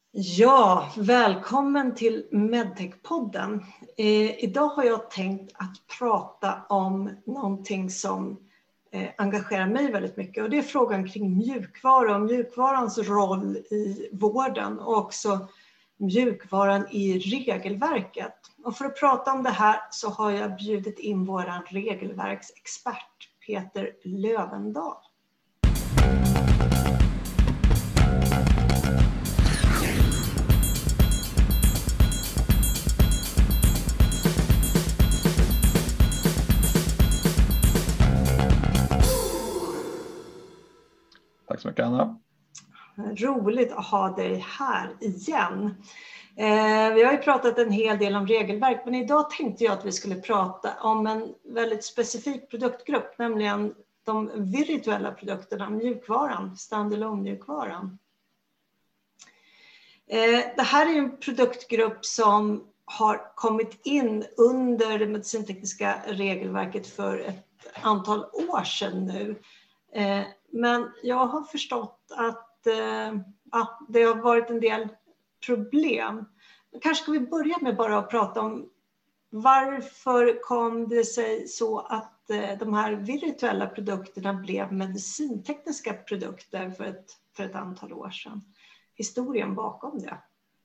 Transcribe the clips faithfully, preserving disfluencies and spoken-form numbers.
Ja, välkommen till Medtech-podden. Eh, idag har jag tänkt att prata om någonting som eh, engagerar mig väldigt mycket. Och det är frågan kring mjukvara och mjukvarans roll i vården och också mjukvaran i regelverket. Och för att prata om det här så har jag bjudit in våran regelverksexpert Peter Lövendahl. Tack så mycket, Anna. Roligt att ha dig här igen. Eh, vi har ju pratat en hel del om regelverk, men idag tänkte jag att vi skulle prata om en väldigt specifik produktgrupp, nämligen de virtuella produkterna, mjukvaran, standalone-mjukvaran. Eh, det här är en produktgrupp som har kommit in under det medicintekniska regelverket för ett antal år sedan nu. Eh, men jag har förstått att eh, ja, det har varit en del problem. Kanske ska vi börja med bara att prata om varför kom det sig så att eh, de här virtuella produkterna blev medicintekniska produkter för ett, för ett antal år sedan. Historien bakom det.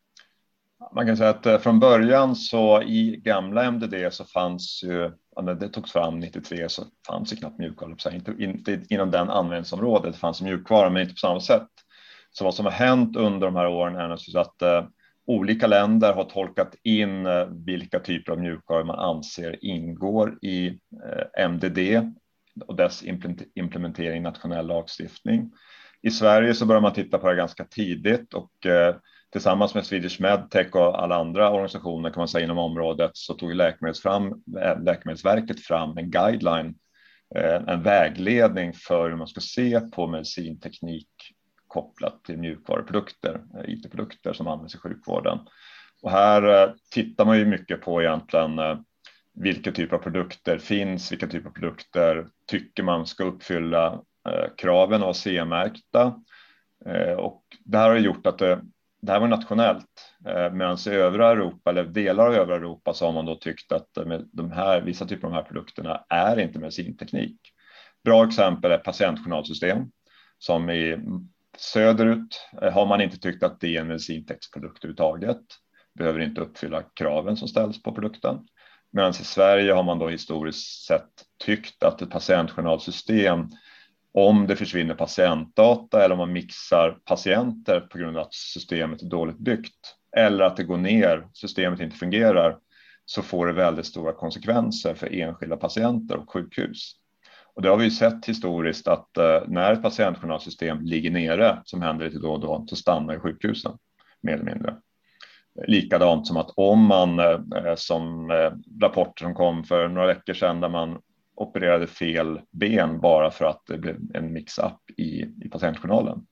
Man kan säga att från början så i gamla M D D så fanns ju, när det togs fram nittiotre så fanns det knappt mjukvara, inte, inte inom den användningsområdet, det fanns mjukvara men inte på samma sätt. Så vad som har hänt under de här åren är naturligtvis att eh, olika länder har tolkat in eh, vilka typer av mjukvara man anser ingår i eh, M D D och dess implementering i nationell lagstiftning. I Sverige så börjar man titta på det ganska tidigt och eh, tillsammans med Swedish Medtech och alla andra organisationer kan man säga inom området så tog Läkemedels fram, Läkemedelsverket fram en guideline, en vägledning för hur man ska se på medicinteknik kopplat till mjukvaruprodukter, I T-produkter som används i sjukvården. Och här tittar man ju mycket på egentligen vilka typer av produkter finns, vilka typer av produkter tycker man ska uppfylla kraven och C-märkta. Och det här har gjort att det Det här var nationellt, medan i övriga Europa eller delar av övriga Europa så har man då tyckt att de här, vissa typer av de här produkterna är inte medicinteknik. Bra exempel är patientjournalsystem som i söderut har man inte tyckt att det är en medicinteknisk produkt överhuvudtaget. Behöver inte uppfylla kraven som ställs på produkten. Medan i Sverige har man då historiskt sett tyckt att ett patientjournalsystem, om det försvinner patientdata eller om man mixar patienter på grund av att systemet är dåligt byggt eller att det går ner, systemet inte fungerar, så får det väldigt stora konsekvenser för enskilda patienter och sjukhus. Och det har vi ju sett historiskt att eh, när ett patientjournalsystem ligger nere, som händer lite då och då, så stannar sjukhusen mer eller mindre. Likadant som att om man, eh, som eh, rapporter som kom för några veckor sedan där man opererade fel ben bara för att det blev en mix-up i, i patientjournalen,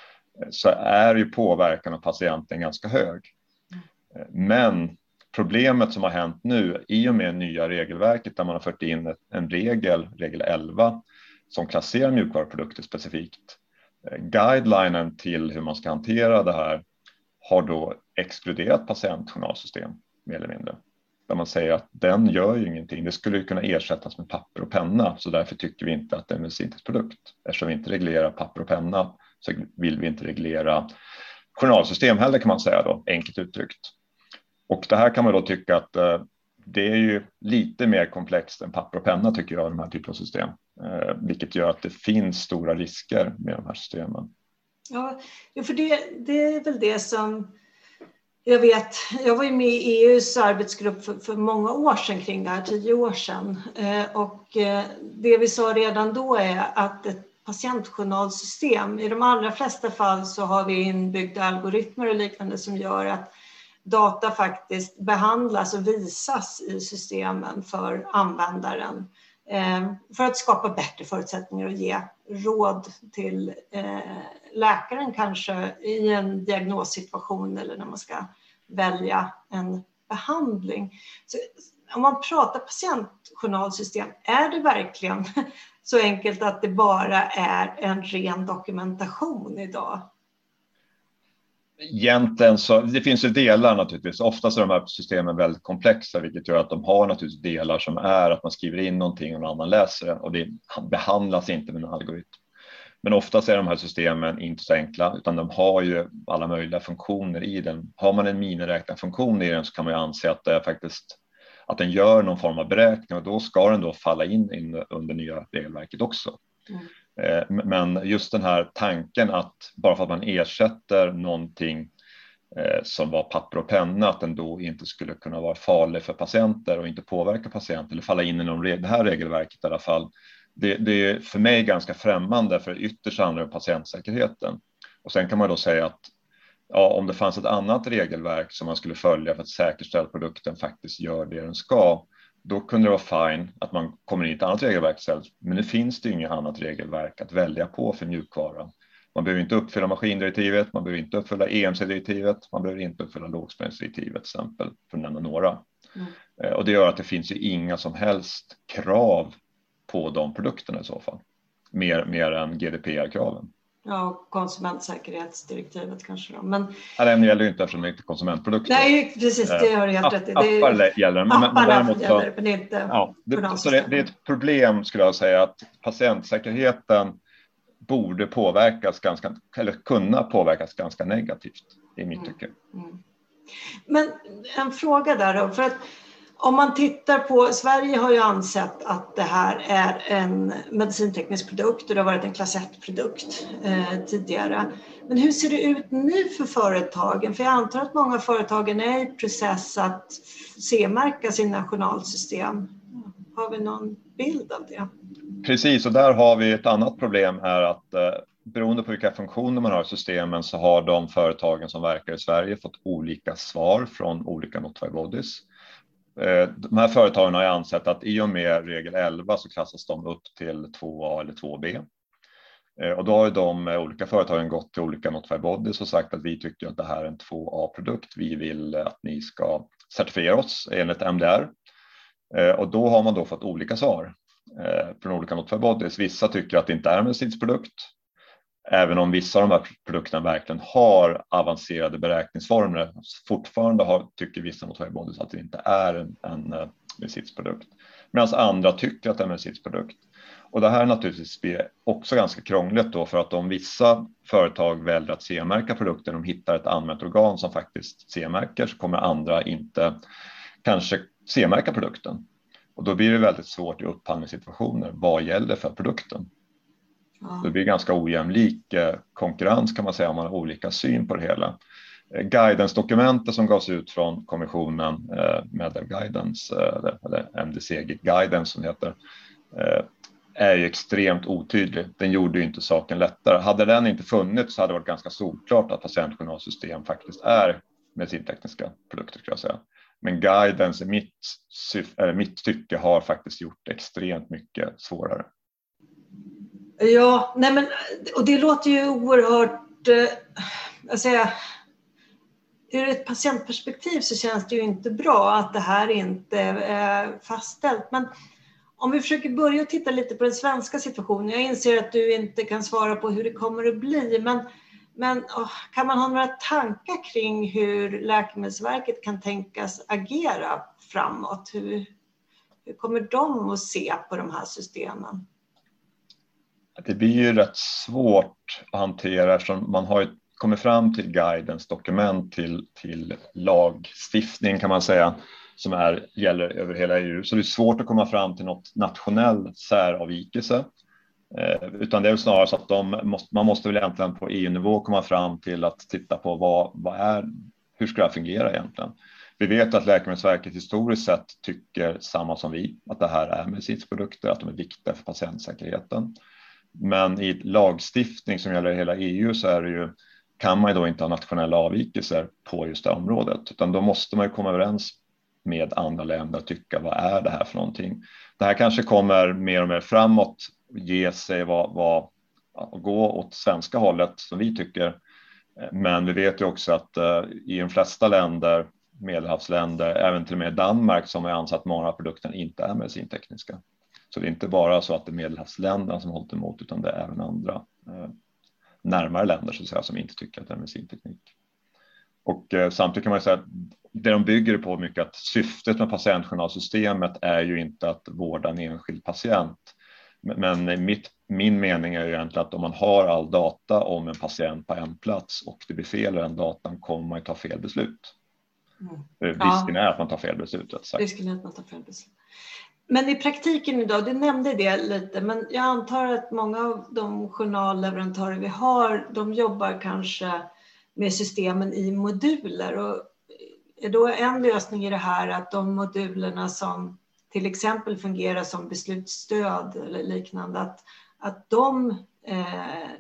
så är ju påverkan av patienten ganska hög. Men problemet som har hänt nu i och med nya regelverket där man har fört in en regel, regel elva, som klasserar mjukvaruprodukter specifikt. Guidelinen till hur man ska hantera det här har då exkluderat patientjournalsystem mer eller mindre. Där man säger att den gör ju ingenting. Det skulle ju kunna ersättas med papper och penna. Så därför tycker vi inte att det är en medicinsk produkt. Eftersom vi inte reglerar papper och penna så vill vi inte reglera journalsystem heller, kan man säga då, enkelt uttryckt. Och det här kan man då tycka att eh, det är ju lite mer komplext än papper och penna tycker jag, de här typen av system. Eh, vilket gör att det finns stora risker med de här systemen. Ja, för det, det är väl det som... Jag vet, jag var ju med i E U:s arbetsgrupp för, för många år sedan kring det här, tio år sedan. Eh, och eh, det vi sa redan då är att ett patientjournalsystem, i de allra flesta fall så har vi inbyggda algoritmer och liknande som gör att data faktiskt behandlas och visas i systemen för användaren. Eh, för att skapa bättre förutsättningar och ge råd till eh, läkaren kanske i en diagnossituation eller när man ska välja en behandling. Så om man pratar patientjournalsystem, är det verkligen så enkelt att det bara är en ren dokumentation idag? Egentligen så, det finns ju delar naturligtvis. Oftast är de här systemen väldigt komplexa, vilket gör att de har naturligtvis delar som är att man skriver in någonting och någon annan läser det, och det behandlas inte med en algoritm. Men oftast är de här systemen inte så enkla, utan de har ju alla möjliga funktioner i den. Har man en miniräknarfunktion i den så kan man ju anse att det är faktiskt att den gör någon form av beräkning, och då ska den då falla in, in under nya regelverket också. Mm. Men just den här tanken att bara för att man ersätter någonting som var papper och penna, att den då inte skulle kunna vara farlig för patienter och inte påverka patienter eller falla in i det här regelverket i alla fall. Det, det är för mig ganska främmande, för ytterst handlar det om patientsäkerheten. Och sen kan man då säga att ja, om det fanns ett annat regelverk som man skulle följa för att säkerställa att produkten faktiskt gör det den ska, då kunde det vara fine att man kommer in i ett annat regelverk istället. Men nu finns det inget annat regelverk att välja på för mjukvara. Man behöver inte uppfylla maskindirektivet, man behöver inte uppfylla E M C-direktivet, man behöver inte uppfylla lågspänningsdirektivet till exempel, för att nämna några. Mm. Och det gör att det finns ju inga som helst krav på de produkterna i så fall. Mer, mer än G D P R-kraven. Ja, konsumentsäkerhetsdirektivet kanske då. Men ja, den gäller ju inte eftersom det är inte konsumentprodukter. Nej, precis, det har du helt rätt i. Appar gäller. Men, men däremot så, gäller, men det är inte ja, det, så det, det är ett problem skulle jag säga, att patientsäkerheten borde påverkas ganska, eller kunna påverkas ganska negativt i mitt tycke. Mm. Mm. Men en fråga där då, för att om man tittar på, Sverige har ju ansett att det här är en medicinteknisk produkt och det har varit en klass ett-produkt eh, tidigare. Men hur ser det ut nu för företagen? För jag antar att många företagen är i process att C-märka sina journalsystem. Har vi någon bild av det? Precis, och där har vi ett annat problem här, att eh, beroende på vilka funktioner man har i systemen så har de företagen som verkar i Sverige fått olika svar från olika notified bodies. De här företagen har ansett att i och med regel elva så klassas de upp till två A eller två B. Och då har de olika företagen gått till olika notified bodies och sagt att vi tycker att det här är en två A-produkt. Vi vill att ni ska certifiera oss enligt M D R. Och då har man då fått olika svar från olika notified bodies. Vissa tycker att det inte är en medicinsk produkt. Även om vissa av de här produkterna verkligen har avancerade beräkningsformer, fortfarande har, tycker vissa notified bodies att det inte är en, en uh, medicinsk produkt. Medan andra tycker att det är en medicinsk produkt. Och det här naturligtvis blir också ganska krångligt då, för att om vissa företag väljer att C-märka produkten, de hittar ett använt organ som faktiskt C-märker, så kommer andra inte kanske C-märka produkten. Och då blir det väldigt svårt i upphandlingssituationer. Vad gäller för produkten? Ja. Det blir ganska ojämlik konkurrens kan man säga om man har olika syn på det hela. Guidance-dokumentet som gavs ut från kommissionen, Medical Guidance eller M D C Guidance som det heter, är ju extremt otydlig. Den gjorde ju inte saken lättare. Hade den inte funnits så hade det varit ganska solklart att patientjournalsystem faktiskt är medicintekniska produkter, skulle jag säga. Men Guidance i mitt, eller mitt tycke har faktiskt gjort extremt mycket svårare. Ja, nej men, och det låter ju oerhört, eh, jag säger, ur ett patientperspektiv så känns det ju inte bra att det här inte är fastställt. Men om vi försöker börja titta lite på den svenska situationen, jag inser att du inte kan svara på hur det kommer att bli, men, men oh, kan man ha några tankar kring hur Läkemedelsverket kan tänkas agera framåt? Hur, hur kommer de att se på de här systemen? Det blir ju rätt svårt att hantera eftersom man har kommit fram till guidance-dokument till, till lagstiftning kan man säga som är, gäller över hela E U. Så det är svårt att komma fram till något nationell säravvikelse. Eh, utan det är snarare så att de måste, man måste väl egentligen på E U-nivå komma fram till att titta på vad, vad är, hur ska det fungera egentligen. Vi vet att Läkemedelsverket historiskt sett tycker samma som vi, att det här är medicinska produkter, att de är viktiga för patientsäkerheten. Men i lagstiftning som gäller hela E U så är det ju, kan man ju då inte ha nationella avvikelser på just det området. Utan då måste man ju komma överens med andra länder och tycka vad är det här för någonting. Det här kanske kommer mer och mer framåt, ge sig vad, vad, gå åt svenska hållet som vi tycker. Men vi vet ju också att uh, i de flesta länder, medelhavsländer, även till och med Danmark som har ansett att många av produkterna inte är medicintekniska. Så det är inte bara så att det är medelhavsländerna som hållit emot utan det är även andra eh, närmare länder så att säga, som inte tycker att det är medicinteknik. Och eh, samtidigt kan man säga att det de bygger på mycket att syftet med patientjournalsystemet är ju inte att vårda en enskild patient. Men, men mitt, min mening är ju egentligen att om man har all data om en patient på en plats och det blir fel i den datan kommer man ju ta fel beslut. Mm. Risken ja. är att man tar fel beslut. Risken är att man tar fel beslut. Men i praktiken idag, du nämnde det lite, men jag antar att många av de journalleverantörer vi har, de jobbar kanske med systemen i moduler. Och är då en lösning i det här att de modulerna som till exempel fungerar som beslutsstöd eller liknande, att, att de eh,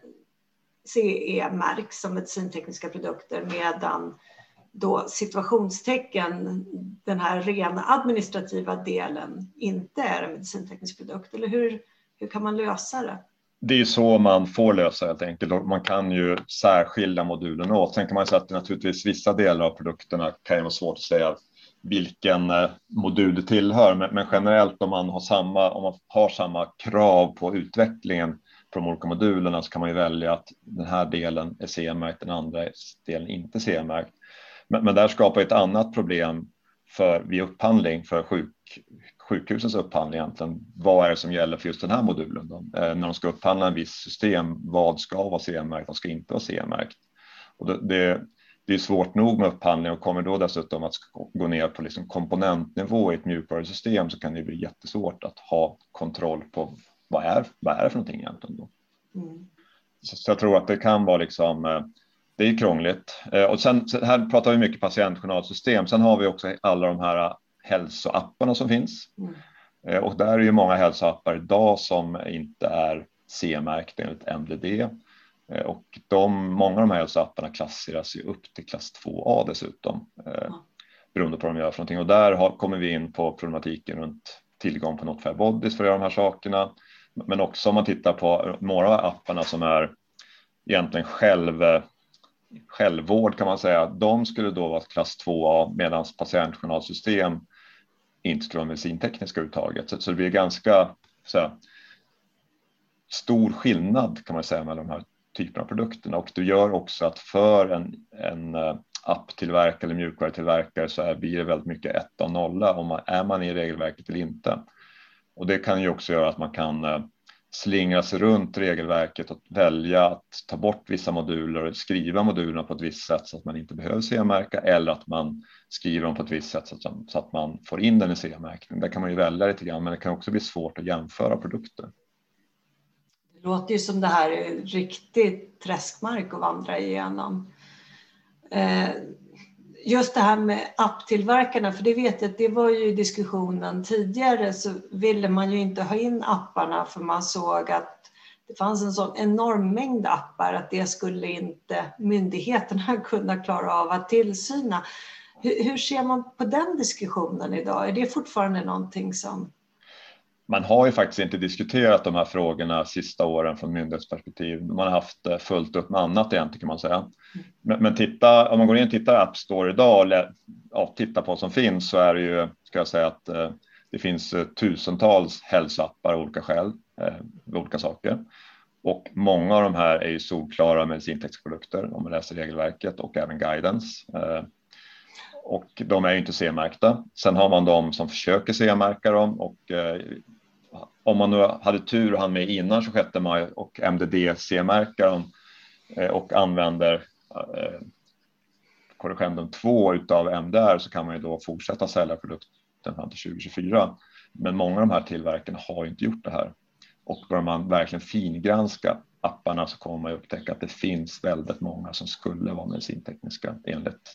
C E-märks som medicintekniska produkter, medan då situationstecken, den här rena administrativa delen, inte är en medicinteknisk produkt? Eller hur, hur kan man lösa det? Det är så man får lösa helt enkelt. Man kan ju särskilja modulerna åt. Sen kan man säga att naturligtvis vissa delar av produkterna kan ju vara svårt att säga vilken modul det tillhör. Men generellt om man har samma, om man har samma krav på utvecklingen på de olika modulerna så kan man ju välja att den här delen är C E-märkt, den andra delen inte C E-märkt. Men, men där skapar ett annat problem för vid upphandling, för sjuk, sjukhusens upphandling egentligen. Vad är det som gäller för just den här modulen då? Eh, när de ska upphandla en viss system, vad ska vara C E-märkt, vad ska inte vara C E-märkt? Och det, det, det är svårt nog med upphandling, och kommer då dessutom att gå ner på liksom komponentnivå i ett mjukvarusystem så kan det bli jättesvårt att ha kontroll på vad är, vad är det för någonting egentligen då. Mm. Så, så jag tror att det kan vara liksom... Det är krångligt. Och sen här pratar vi mycket patientjournalsystem. Sen har vi också alla de här hälsoapparna som finns. Mm. Och där är ju många hälsoappar idag som inte är C E-märkta enligt M D D. Och de, många av de här hälsoapparna klassificeras ju upp till klass två A dessutom. Mm. Beroende på vad de gör för någonting. Och där har, kommer vi in på problematiken runt tillgång på Notified Bodies för att göra de här sakerna. Men också om man tittar på några av apparna som är egentligen själv... självvård kan man säga, de skulle då vara klass två A medan patientjournalsystem inte skulle vara medicintekniska uttaget. Så, så det blir ganska så här, stor skillnad kan man säga mellan de här typerna av produkterna, och det gör också att för en, en apptillverkare eller mjukvarutillverkare så är, blir det väldigt mycket ett och nolla om man, är man i regelverket eller inte. Och det kan ju också göra att man kan slingra sig runt regelverket och välja att ta bort vissa moduler och skriva modulerna på ett visst sätt så att man inte behöver C E-märka, eller att man skriver dem på ett visst sätt så att man får in den i C E-märkning. Där kan man ju välja lite grann, men det kan också bli svårt att jämföra produkter. Det låter ju som det här är riktigt träskmark att vandra igenom. Eh, just det här med apptillverkarna, för det vet jag att det var ju diskussionen tidigare, så ville man ju inte ha in apparna för man såg att det fanns en sån enorm mängd appar att det skulle inte myndigheterna kunna klara av att tillsyna. Hur, hur ser man på den diskussionen idag? Är det fortfarande någonting som... Man har ju faktiskt inte diskuterat de här frågorna sista åren från myndighetsperspektiv. Man har haft fullt upp med annat egentligen kan man säga. Men, men titta, om man går in och tittar i App Store idag och ja, tittar på vad som finns, så är det ju, ska jag säga att eh, det finns tusentals hälsoappar av olika skäl, eh, olika saker. Och många av de här är ju solklara medicintekniska produkter om man läser regelverket och även guidance. Eh, och de är ju inte C E-märkta. Sen har man de som försöker C E-märka dem, och eh, om man nu hade tur och hann med innan tjugosjätte maj och M D D C E-märkar dem eh, och använder eh, korrigendum två utav M D R, så kan man ju då fortsätta sälja produkten fram till tjugo tjugofyra. Men många av de här tillverkarna har inte gjort det här. Och börjar man verkligen fingranska apparna så kommer man upptäcka att det finns väldigt många som skulle vara medicintekniska enligt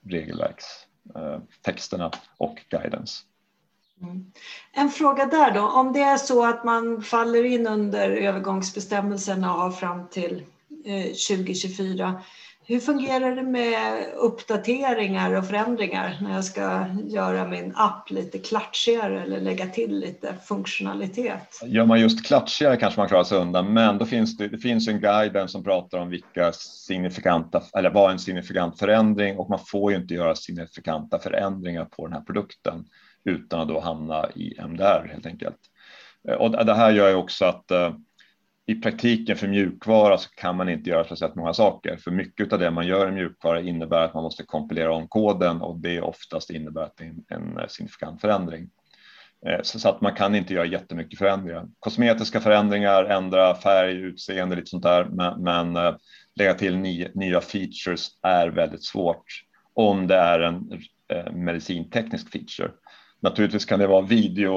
regelverkstexterna och guidance. Mm. En fråga där då, om det är så att man faller in under övergångsbestämmelserna och har fram till eh, tjugo tjugofyra, hur fungerar det med uppdateringar och förändringar när jag ska göra min app lite klatschigare eller lägga till lite funktionalitet? Gör man just klatschigare kanske man klarar sig undan, men då finns det, det finns en guide som pratar om vilka signifikanta, eller vad en signifikant förändring, och man får ju inte göra signifikanta förändringar på den här produkten utan att då hamna i M D R helt enkelt. Och det här gör ju också att i praktiken för mjukvara så kan man inte göra speciellt många saker. För mycket av det man gör i mjukvara innebär att man måste kompilera om koden och det oftast innebär att det är en, en signifikant förändring. Så, så att man kan inte göra jättemycket förändringar. Kosmetiska förändringar, ändra färg, utseende, lite sånt där. Men, men lägga till nya, nya features är väldigt svårt om det är en eh, medicinteknisk feature. Naturligtvis kan det vara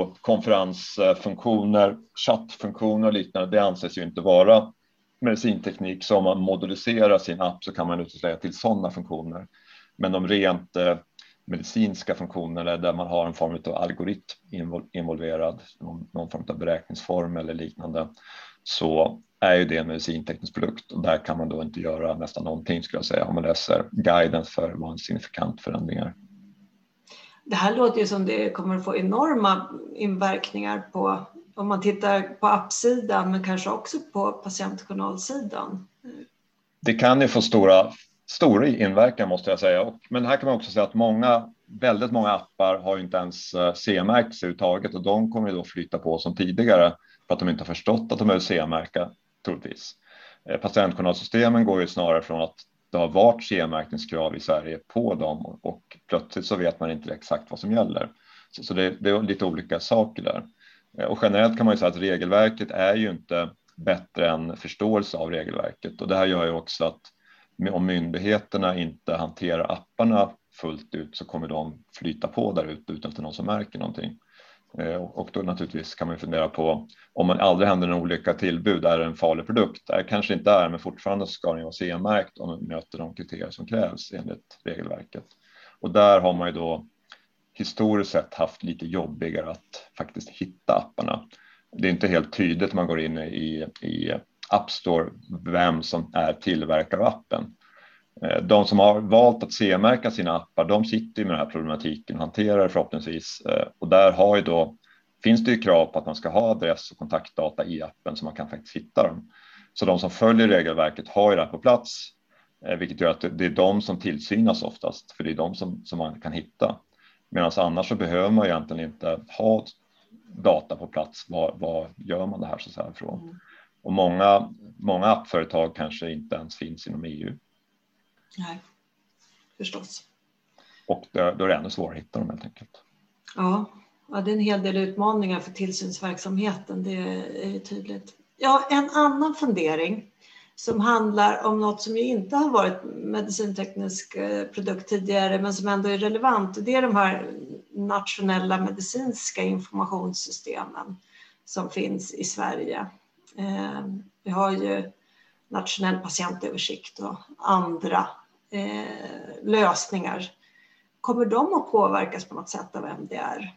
videokonferensfunktioner, chattfunktioner och liknande. Det anses ju inte vara medicinteknik. Så om man moduliserar sin app så kan man lägga till sådana funktioner. Men de rent eh, medicinska funktioner där man har en form av algoritm involverad, någon, någon form av beräkningsform eller liknande, så är ju det en medicinteknisk produkt och där kan man då inte göra nästan någonting, skulle jag säga, om man läser guiden för vad en signifikant förändring är. Det här låter ju som det kommer att få enorma inverkningar på, om man tittar på appsidan men kanske också på patientjournalsidan. Det kan ju få stora Stora inverkan, måste jag säga. Och, men här kan man också säga att många, väldigt många appar har inte ens C E-märkts överhuvudtaget och de kommer ju då flytta på som tidigare för att de inte har förstått att de behöver C E-märka, troligtvis. Patientjournalsystemen går ju snarare från att det har varit C E-märkningskrav i Sverige på dem och plötsligt så vet man inte exakt vad som gäller. Så, så det, det är lite olika saker där. Och generellt kan man ju säga att regelverket är ju inte bättre än förståelse av regelverket och det här gör ju också att om myndigheterna inte hanterar apparna fullt ut så kommer de flyta på där ute utan att det är någon som märker någonting. Och då naturligtvis kan man fundera på om man aldrig händer en olycka tillbud, är det en farlig produkt? Det kanske inte är, men fortfarande ska den vara C E-märkt om den möter de kriterier som krävs enligt regelverket. Och där har man ju då historiskt sett haft lite jobbigare att faktiskt hitta apparna. Det är inte helt tydligt när man går in i, i App Store vem som är tillverkare av appen. De som har valt att C E-märka sina appar, de sitter med den här problematiken och hanterar det förhoppningsvis. Och där har ju då, finns det ju krav på att man ska ha adress och kontaktdata i appen så man kan faktiskt hitta dem. Så de som följer regelverket har ju det här på plats, vilket gör att det är de som tillsynas oftast, för det är de som, som man kan hitta. Medan annars så behöver man egentligen inte ha data på plats. Vad, vad gör man det här så här från? Mm. Och många, många appföretag kanske inte ens finns inom E U. Nej, förstås. Och då, då är det ännu svårare att hitta dem helt enkelt. Ja, ja, det är en hel del utmaningar för tillsynsverksamheten, det är ju tydligt. Ja, en annan fundering som handlar om något som ju inte har varit medicinteknisk produkt tidigare men som ändå är relevant. Det är de här nationella medicinska informationssystemen som finns i Sverige. Vi har ju nationell patientöversikt och andra lösningar. Kommer de att påverkas på något sätt av M D R?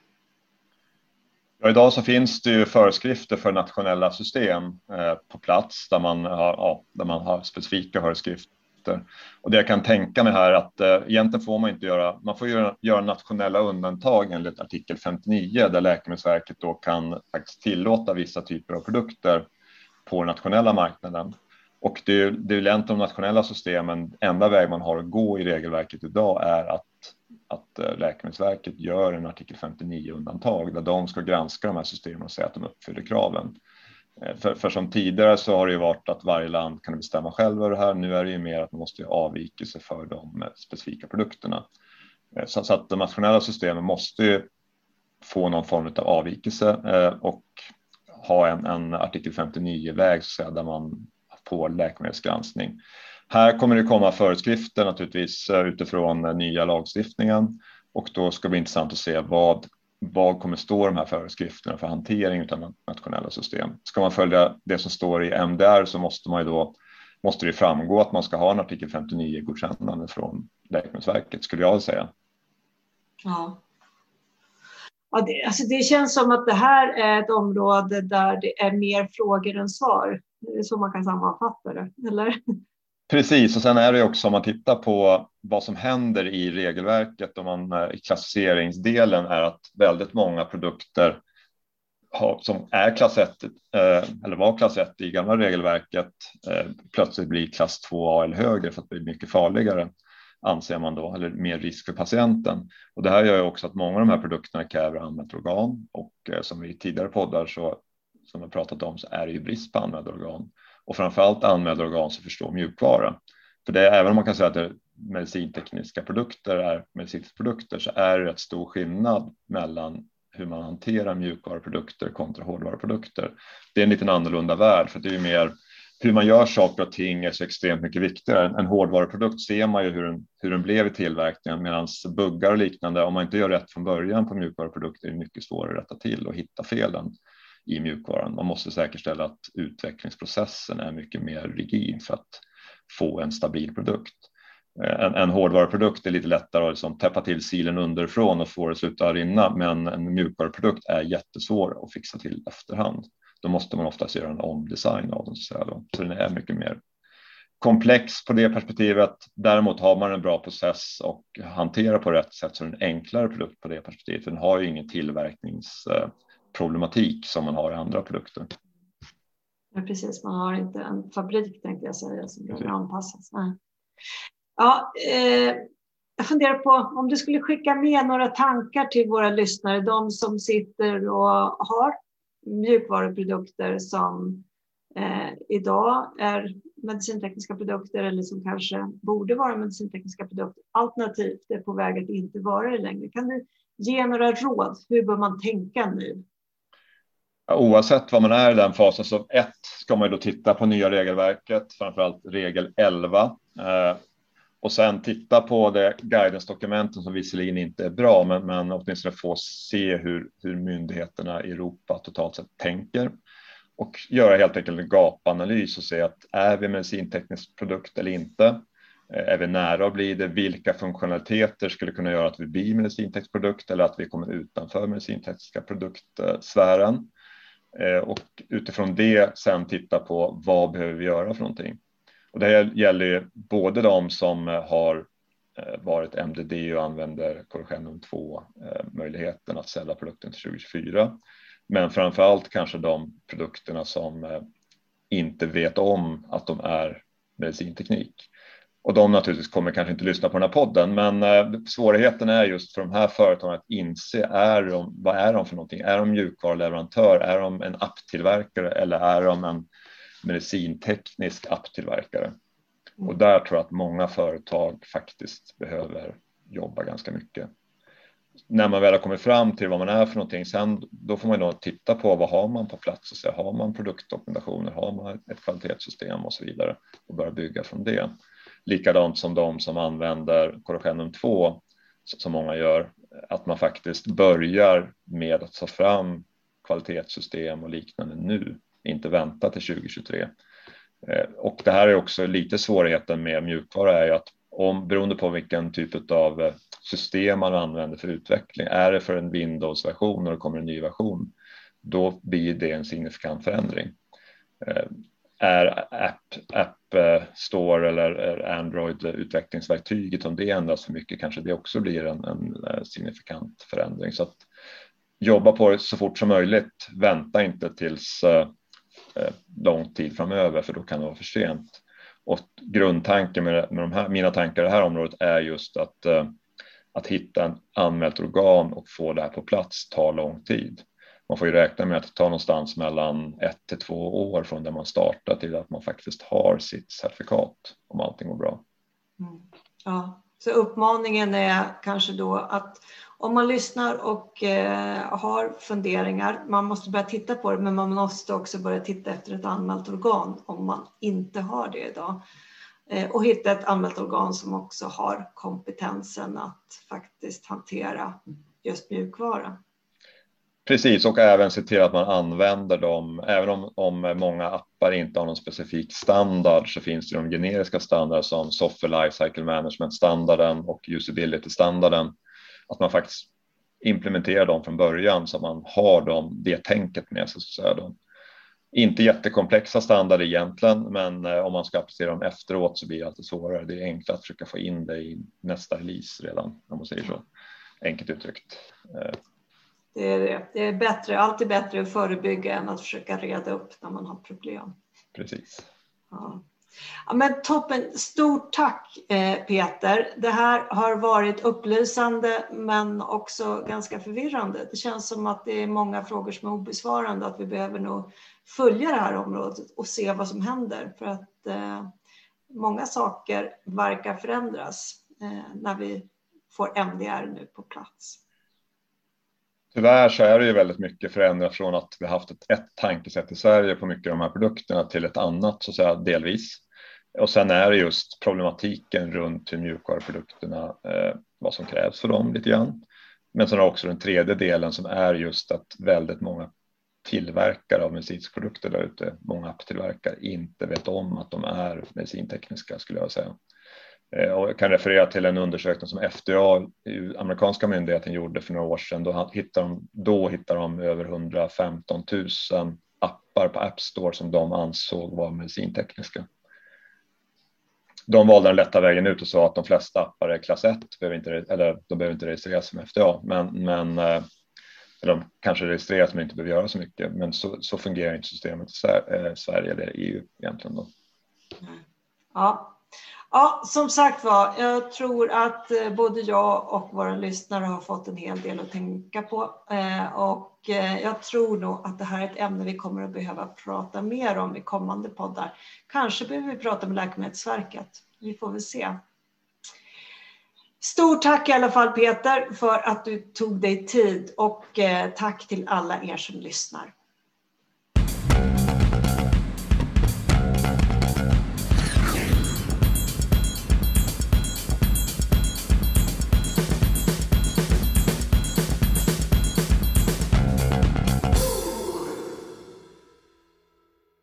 Ja, idag så finns det ju föreskrifter för nationella system eh, på plats där man har, ja, där man har specifika föreskrifter. Och det jag kan tänka mig här att eh, egentligen får man inte göra, man får göra, göra nationella undantag enligt artikel femtionio där Läkemedelsverket då kan faktiskt tillåta vissa typer av produkter på den nationella marknaden. Och det är, det är lätt de nationella systemen, enda väg man har att gå i regelverket idag är att att Läkemedelsverket gör en artikel femtionio-undantag där de ska granska de här systemen och säga att de uppfyller kraven. För, för som tidigare så har det ju varit att varje land kan bestämma själv över det här. Nu är det ju mer att man måste avvika sig för de specifika produkterna. Så, så att de nationella systemen måste ju få någon form av avvikelse och ha en, en artikel femtionio-väg så att säga, där man får läkemedelsgranskning. Här kommer det komma föreskrifter naturligtvis utifrån den nya lagstiftningen och då ska det bli intressant att se vad, vad kommer stå i de här föreskrifterna för hantering av nationella system. Ska man följa det som står i M D R så måste man ju då måste det framgå att man ska ha en artikel femtionio-godkännande från Läkemedelsverket, skulle jag säga. Ja. Ja, det, alltså det känns som att det här är ett område där det är mer frågor än svar. Det är så man kan sammanfatta det, eller? Precis, och sen är det också om man tittar på vad som händer i regelverket och man, i klassificeringsdelen är att väldigt många produkter har, som är klass ett eh, eller var klass ett i gamla regelverket eh, plötsligt blir klass två A eller högre för att det blir mycket farligare anser man då, eller mer risk för patienten. Och det här gör ju också att många av de här produkterna kräver använt organ och eh, som i tidigare poddar så som jag pratat om så är det ju brist på anmälda organ. Och framförallt anmälda organ som förstår mjukvara. För det är, även om man kan säga att det medicintekniska produkter är medicinska produkter, så är det rätt stor skillnad mellan hur man hanterar mjukvaruprodukter kontra hårdvaruprodukter. Det är en liten annorlunda värld, för det är ju mer hur man gör saker och ting är så extremt mycket viktigare. En, en hårdvaruprodukt ser man ju hur den, hur den blev i tillverkningen, medan buggar och liknande, om man inte gör rätt från början på mjukvaruprodukter, är det mycket svårare att rätta till och hitta felen i mjukvaran. Man måste säkerställa att utvecklingsprocessen är mycket mer rigid för att få en stabil produkt. En, en hårdvaruprodukt är lite lättare att liksom täppa till silen underifrån och få det sluta rinna, men en mjukvaruprodukt är jättesvår att fixa till efterhand. Då måste man oftast göra en omdesign av den, så, att säga. Så den är mycket mer komplex på det perspektivet. Däremot har man en bra process och hanterar på rätt sätt, så är det en enklare produkt på det perspektivet. Den har ju ingen tillverkningsproblematik som man har i andra produkter. Ja, precis, man har inte en fabrik, tänkte jag säga, som behöver anpassas. Nej. Ja, eh, jag funderar på om du skulle skicka med några tankar till våra lyssnare, de som sitter och har mjukvaruprodukter som eh, idag är medicintekniska produkter, eller som kanske borde vara medicintekniska produkter, alternativt är på väg att inte vara det längre. Kan du ge några råd? Hur bör man tänka nu? Oavsett vad man är i den fasen, så ett ska man ju då titta på nya regelverket, framförallt regel elva. Eh, och sen titta på det guidance-dokumenten som visserligen inte är bra, men, men åtminstone få se hur, hur myndigheterna i Europa totalt sett tänker. Och göra helt enkelt en gapanalys och se att är vi medicinteknisk produkt eller inte? Eh, är vi nära att bli det? Vilka funktionaliteter skulle kunna göra att vi blir medicinteknisk produkt, eller att vi kommer utanför medicintekniska produktsfären? Och utifrån det sen titta på vad behöver vi göra för någonting. Och det gäller ju både de som har varit M D D och använder Corrigendum två möjligheten att sälja produkten till tjugo tjugofyra. Men framförallt kanske de produkterna som inte vet om att de är medicinteknik. Och de naturligtvis kommer kanske inte lyssna på den här podden, men eh, svårigheten är just för de här företagen att inse, är de, vad är de för någonting? Är de mjukvaruleverantör? Är de en apptillverkare eller är de en medicinteknisk apptillverkare? Och där tror jag att många företag faktiskt behöver jobba ganska mycket. När man väl har kommit fram till vad man är för någonting, sen då får man då titta på vad har man på plats och se, har man produktdokumentationer, har man ett kvalitetssystem och så vidare och börja bygga från det. Likadant som de som använder Corrigendum två, som många gör, att man faktiskt börjar med att ta fram kvalitetssystem och liknande nu, inte vänta till tjugo tjugotre. Och det här är också lite svårigheten med mjukvara, är ju att om, beroende på vilken typ av system man använder för utveckling, är det för en Windows-version och det kommer en ny version, då blir det en signifikant förändring. Är App, App Store eller Android utvecklingsverktyget, om det ändras för mycket, kanske det också blir en, en signifikant förändring. Så att jobba på det så fort som möjligt, vänta inte tills eh, lång tid framöver, för då kan det vara för sent. Och grundtanken med, med de här, mina tankar i det här området är just att, eh, att hitta en anmält organ och få det här på plats tar lång tid. Man får ju räkna med att det tar någonstans mellan ett till två år från där man startar till att man faktiskt har sitt certifikat, om allting går bra. Mm. Ja, så uppmaningen är kanske då att om man lyssnar och eh, har funderingar, man måste börja titta på det, men man måste också börja titta efter ett anmält organ om man inte har det idag. Eh, och hitta ett anmält organ som också har kompetensen att faktiskt hantera just mjukvara. Precis, och även se till att man använder dem. Även om, om många appar inte har någon specifik standard, så finns det de generiska standarder som Software Lifecycle Management-standarden och Usability-standarden. Att man faktiskt implementerar dem från början så att man har dem, det tänket med sig. Så de, inte jättekomplexa standarder egentligen, men eh, om man ska applicera dem efteråt så blir det alltid svårare. Det är enklare att försöka få in det i nästa release redan, om man säger så. Enkelt uttryckt. Eh. Det är, det. Det är bättre, alltid bättre att förebygga än att försöka reda upp när man har problem. Precis. Ja. Ja, men toppen, stort tack Peter. Det här har varit upplysande men också ganska förvirrande. Det känns som att det är många frågor som är obesvarande, att vi behöver nog följa det här området och se vad som händer, för att eh, många saker verkar förändras eh, när vi får M D R nu på plats. Tyvärr så är det ju väldigt mycket förändrat från att vi haft ett, ett tankesätt i Sverige på mycket av de här produkterna till ett annat, så att säga, delvis. Och sen är det just problematiken runt hur mjukvaruprodukterna, eh, vad som krävs för dem lite grann. Men sen har också den tredje delen som är just att väldigt många tillverkare av medicinska produkter där ute, många apptillverkare, inte vet om att de är medicintekniska, skulle jag säga. Och jag kan referera till en undersökning som F D A, amerikanska myndigheten, gjorde för några år sedan. Då hittade de, då hittade de över hundrafemton tusen appar på App Store som de ansåg var medicintekniska. De valde den lätta vägen ut och sa att de flesta appar är klass ett, behöver inte, eller de behöver inte registreras med F D A, men, men eller de kanske registreras men inte behöver göra så mycket. Men så, så fungerar inte systemet i Sverige eller E U egentligen då. Ja. Ja, som sagt var, jag tror att både jag och våra lyssnare har fått en hel del att tänka på. Och jag tror nog att det här är ett ämne vi kommer att behöva prata mer om i kommande poddar. Kanske behöver vi prata med Läkemedelsverket. Vi får väl se. Stort tack i alla fall Peter för att du tog dig tid, och tack till alla er som lyssnar.